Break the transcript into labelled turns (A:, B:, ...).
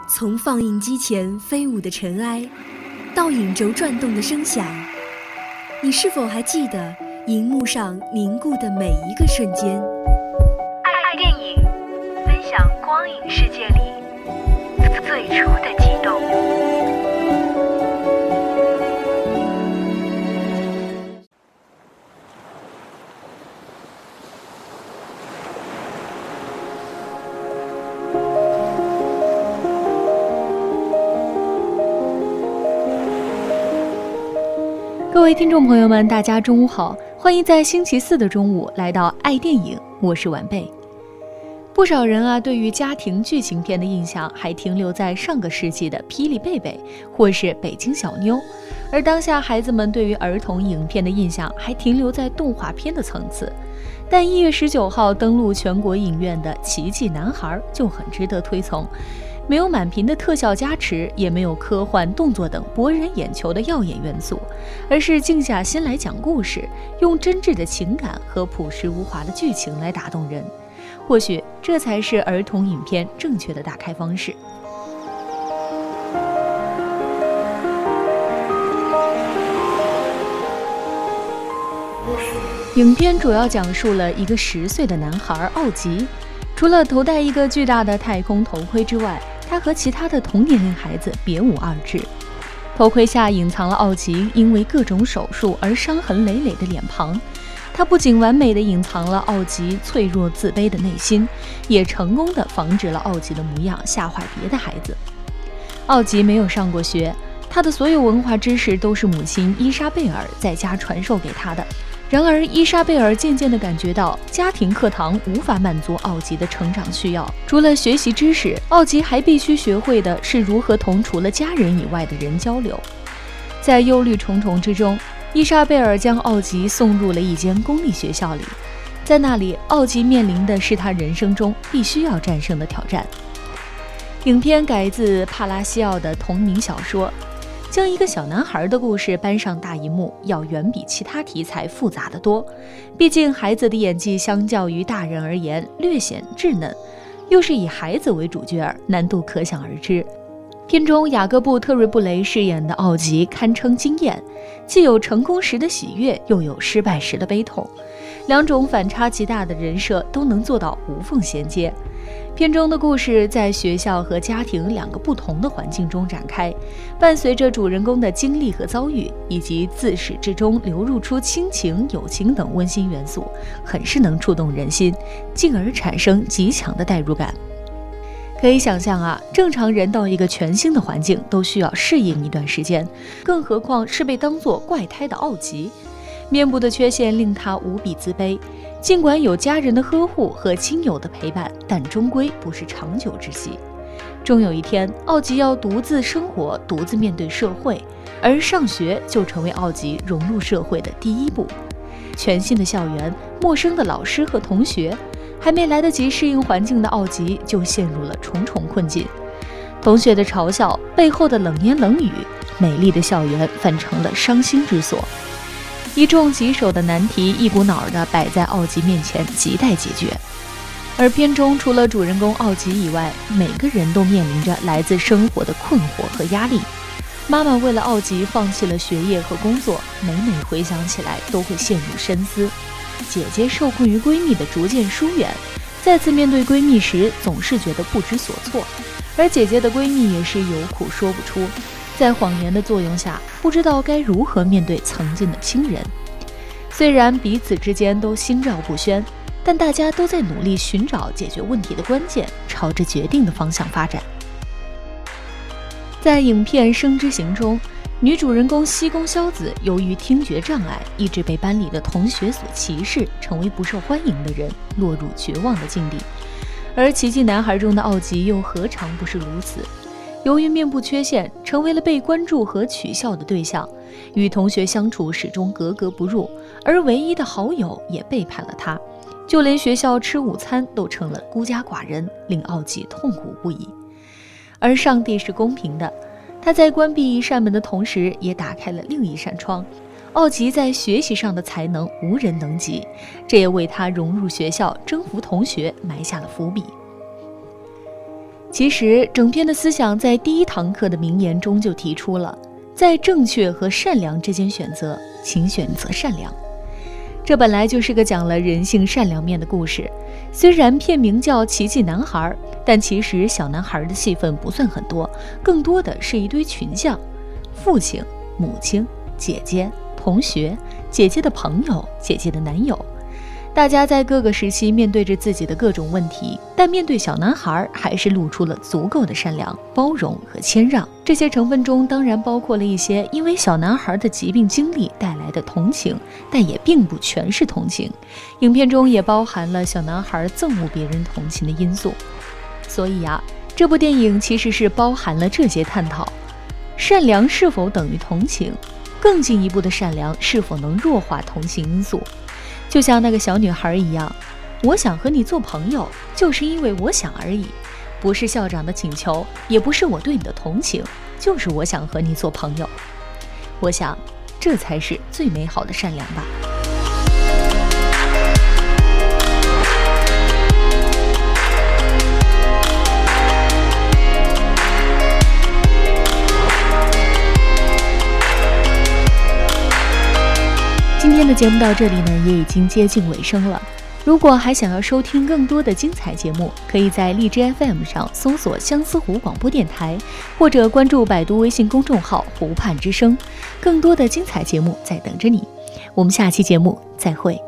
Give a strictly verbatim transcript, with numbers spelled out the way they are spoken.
A: 从放映机前飞舞的尘埃，到影轴转动的声响，你是否还记得荧幕上凝固的每一个瞬间？
B: 爱电影，分享光影世界里最初的悸动。
C: 各位听众朋友们，大家中午好，欢迎在星期四的中午来到爱电影，我是晚贝。不少人啊，对于家庭剧情片的印象还停留在上个世纪的霹雳贝贝或是北京小妞，而当下孩子们对于儿童影片的印象还停留在动画片的层次。但一月十九号登陆全国影院的《奇迹男孩》就很值得推崇，没有满屏的特效加持，也没有科幻、动作等博人眼球的耀眼元素，而是静下心来讲故事，用真挚的情感和朴实无华的剧情来打动人。或许这才是儿童影片正确的打开方式。影片主要讲述了一个十岁的男孩奥吉，除了头戴一个巨大的太空头盔之外，他和其他的同年龄孩子别无二致。头盔下隐藏了奥吉因为各种手术而伤痕累累的脸庞，他不仅完美地隐藏了奥吉脆弱自卑的内心，也成功地防止了奥吉的模样吓坏别的孩子。奥吉没有上过学，他的所有文化知识都是母亲伊莎贝尔在家传授给他的。然而伊莎贝尔渐渐地感觉到家庭课堂无法满足奥吉的成长需要，除了学习知识，奥吉还必须学会的是如何同除了家人以外的人交流。在忧虑重重之中，伊莎贝尔将奥吉送入了一间公立学校里，在那里奥吉面临的是他人生中必须要战胜的挑战。影片改自帕拉西奥的同名小说，将一个小男孩的故事搬上大荧幕，要远比其他题材复杂得多。毕竟孩子的演技相较于大人而言略显稚嫩，又是以孩子为主角，难度可想而知。片中雅各布·特瑞布雷饰演的奥吉堪称惊艳，既有成功时的喜悦，又有失败时的悲痛，两种反差极大的人设都能做到无缝衔接。片中的故事在学校和家庭两个不同的环境中展开，伴随着主人公的经历和遭遇，以及自始至终流露出亲情、友情等温馨元素，很是能触动人心，进而产生极强的代入感。可以想象啊，正常人到一个全新的环境都需要适应一段时间，更何况是被当作怪胎的奥吉。面部的缺陷令他无比自卑，尽管有家人的呵护和亲友的陪伴，但终归不是长久之计。终有一天，奥吉要独自生活，独自面对社会，而上学就成为奥吉融入社会的第一步。全新的校园，陌生的老师和同学，还没来得及适应环境的奥吉就陷入了重重困境。同学的嘲笑，背后的冷言冷语，美丽的校园反成了伤心之所。一众棘手的难题一股脑儿地摆在奥吉面前，亟待解决。而片中除了主人公奥吉以外，每个人都面临着来自生活的困惑和压力。妈妈为了奥吉放弃了学业和工作，每每回想起来都会陷入深思。姐姐受困于闺蜜的逐渐疏远，再次面对闺蜜时总是觉得不知所措，而姐姐的闺蜜也是有苦说不出，在谎言的作用下，不知道该如何面对曾经的亲人。虽然彼此之间都心照不宣，但大家都在努力寻找解决问题的关键，朝着决定的方向发展。在影片《生之行》中，女主人公西宫萧子由于听觉障碍，一直被班里的同学所歧视，成为不受欢迎的人，落入绝望的境地。而奇迹男孩中的奥吉又何尝不是如此？由于面部缺陷，成为了被关注和取笑的对象，与同学相处始终格格不入，而唯一的好友也背叛了他，就连学校吃午餐都成了孤家寡人，令奥吉痛苦不已。而上帝是公平的，他在关闭一扇门的同时，也打开了另一扇窗。奥吉在学习上的才能无人能及，这也为他融入学校、征服同学埋下了伏笔。 其实整篇的思想在第一堂课的名言中就提出了，在正确和善良之间选择，请选择善良。这本来就是个讲了人性善良面的故事，虽然片名叫《奇迹男孩》，但其实小男孩的戏份不算很多，更多的是一堆群像：父亲、母亲、姐姐、同学、姐姐的朋友、姐姐的男友。大家在各个时期面对着自己的各种问题，但面对小男孩还是露出了足够的善良、包容和谦让。这些成分中当然包括了一些因为小男孩的疾病经历带来的同情，但也并不全是同情。影片中也包含了小男孩憎恶别人同情的因素。所以啊，这部电影其实是包含了这些探讨：善良是否等于同情？更进一步的善良是否能弱化同情因素？就像那个小女孩一样，我想和你做朋友，就是因为我想而已，不是校长的请求，也不是我对你的同情，就是我想和你做朋友。我想，这才是最美好的善良吧。今天的节目到这里呢，也已经接近尾声了。如果还想要收听更多的精彩节目，可以在荔枝 F M 上搜索相思湖广播电台，或者关注百度微信公众号湖畔之声，更多的精彩节目在等着你。我们下期节目再会。